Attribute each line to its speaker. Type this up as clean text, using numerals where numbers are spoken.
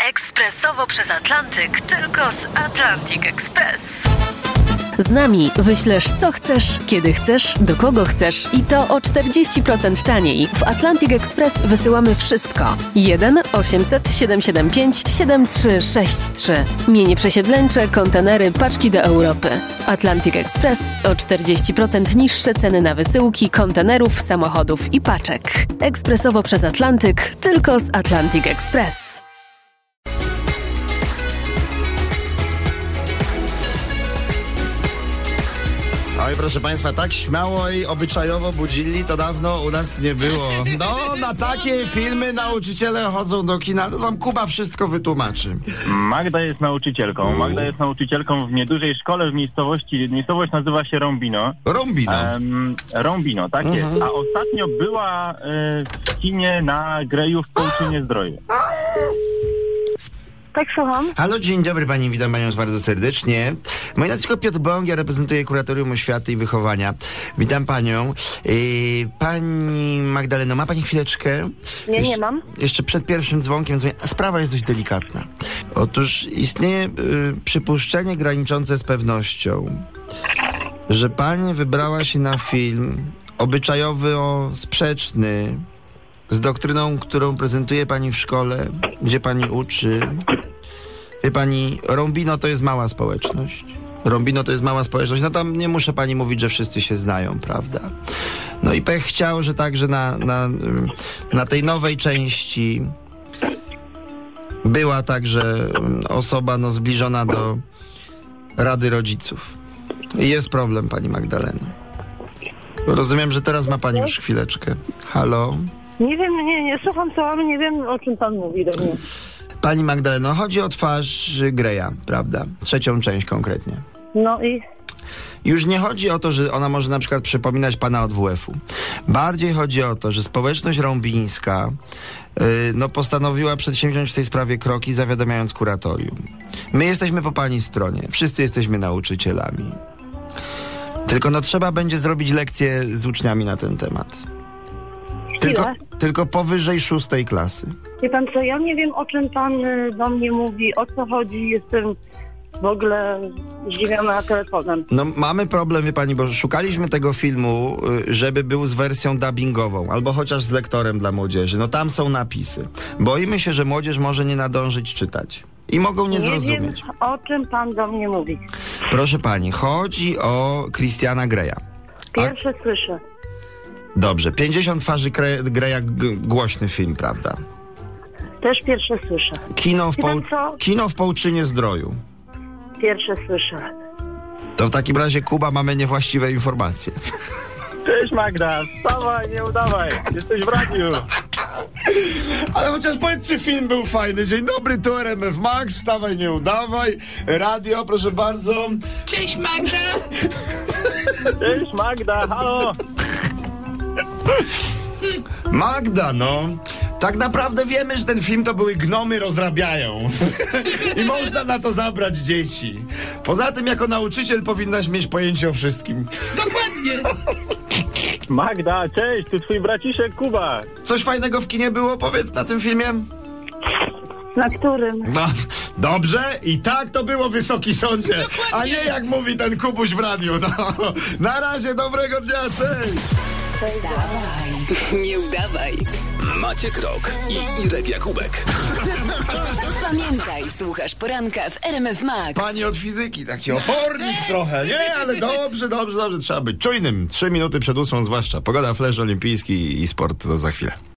Speaker 1: Ekspresowo przez Atlantyk, tylko z Atlantic Express.
Speaker 2: Z nami wyślesz co chcesz, kiedy chcesz, do kogo chcesz i to o 40% taniej. W Atlantic Express wysyłamy wszystko. 1 800 775 7363. Mienie przesiedleńcze, kontenery, paczki do Europy. Atlantic Express o 40% niższe ceny na wysyłki, kontenerów, samochodów i paczek. Ekspresowo przez Atlantyk, tylko z Atlantic Express.
Speaker 3: Oj, proszę Państwa, tak śmiało i obyczajowo budzili to dawno u nas nie było. No, na takie filmy nauczyciele chodzą do kina, to wam Kuba wszystko wytłumaczy.
Speaker 4: Magda jest nauczycielką. Magda jest nauczycielką w niedużej szkole w miejscowości. Miejscowość nazywa się Rąbino.
Speaker 3: Rąbino.
Speaker 4: Rąbino, tak jest. A ostatnio była w kinie na Greju w Połczynie-Zdroju.
Speaker 5: Tak, słucham.
Speaker 3: Halo, dzień dobry pani, witam panią bardzo serdecznie. Moje nazwisko Piotr Bąk, ja reprezentuję Kuratorium Oświaty i Wychowania. Witam panią. Pani Magdaleno, ma pani chwileczkę?
Speaker 5: Nie mam.
Speaker 3: Jeszcze przed pierwszym dzwonkiem sprawa jest dość delikatna. Otóż istnieje przypuszczenie graniczące z pewnością, że pani wybrała się na film obyczajowo-sprzeczny z doktryną, którą prezentuje pani w szkole, gdzie pani uczy. Wie pani, Rąbino to jest mała społeczność. Rąbino to jest mała społeczność. No tam nie muszę pani mówić, że wszyscy się znają, prawda? No i pech chciał, że także na tej nowej części była także osoba zbliżona do Rady Rodziców. I jest problem, pani Magdaleno. Rozumiem, że teraz ma pani już chwileczkę. Halo?
Speaker 5: Nie wiem, nie słucham co, nie wiem o czym pan mówi do mnie.
Speaker 3: Pani Magdaleno, chodzi o twarz Greya, prawda? Trzecią część konkretnie.
Speaker 5: No i?
Speaker 3: Już nie chodzi o to, że ona może na przykład przypominać pana od WF-u. Bardziej chodzi o to, że społeczność rąbińska postanowiła przedsięwziąć w tej sprawie kroki, zawiadamiając kuratorium. My jesteśmy po pani stronie. Wszyscy jesteśmy nauczycielami. Tylko trzeba będzie zrobić lekcję z uczniami na ten temat. Tylko powyżej 6. klasy.
Speaker 5: Wie pan co, ja nie wiem o czym pan do mnie mówi, o co chodzi, jestem w ogóle zdziwiona telefonem.
Speaker 3: No mamy problem, wie pani, bo szukaliśmy tego filmu, żeby był z wersją dubbingową, albo chociaż z lektorem dla młodzieży. No tam są napisy. Boimy się, że młodzież może nie nadążyć czytać. I mogą nie zrozumieć.
Speaker 5: Nie wiem, o czym pan do mnie mówi.
Speaker 3: Proszę pani, chodzi o Christiana Greya.
Speaker 5: Pierwsze słyszę.
Speaker 3: Dobrze, 50 twarzy Greya, głośny film, prawda?
Speaker 5: Też pierwsze słyszę.
Speaker 3: Kino w Połczynie-Zdroju.
Speaker 5: Pierwsze słyszę.
Speaker 3: To w takim razie, Kuba, mamy niewłaściwe informacje.
Speaker 4: Cześć Magda, wstawaj, nie udawaj, jesteś w radiu.
Speaker 3: Ale chociaż powiedz, czy film był fajny. Dzień dobry, tu RMF Max, wstawaj, nie udawaj. Radio, proszę bardzo.
Speaker 1: Cześć Magda!
Speaker 4: Cześć Magda, halo.
Speaker 3: Magda, tak naprawdę wiemy, że ten film to były gnomy rozrabiają. I można na to zabrać dzieci. Poza tym, jako nauczyciel powinnaś mieć pojęcie o wszystkim.
Speaker 1: Dokładnie!
Speaker 4: Magda, cześć, tu twój braciszek Kuba.
Speaker 3: Coś fajnego w kinie było, powiedz, na tym filmie?
Speaker 5: Na którym?
Speaker 3: No, dobrze, i tak to było, Wysoki Sądzie.
Speaker 1: Dokładnie.
Speaker 3: A nie jak mówi ten Kubuś w radiu. Na razie, dobrego dnia, cześć!
Speaker 1: Dawaj, nie udawaj.
Speaker 6: Maciek Rok i Irek Jakubek.
Speaker 1: Pamiętaj, słuchasz poranka w RMF Max.
Speaker 3: Pani od fizyki, taki opornik trochę, nie? Ale dobrze, trzeba być czujnym. 3 minuty przed 8 zwłaszcza. Pogoda, flesz olimpijski i sport to za chwilę.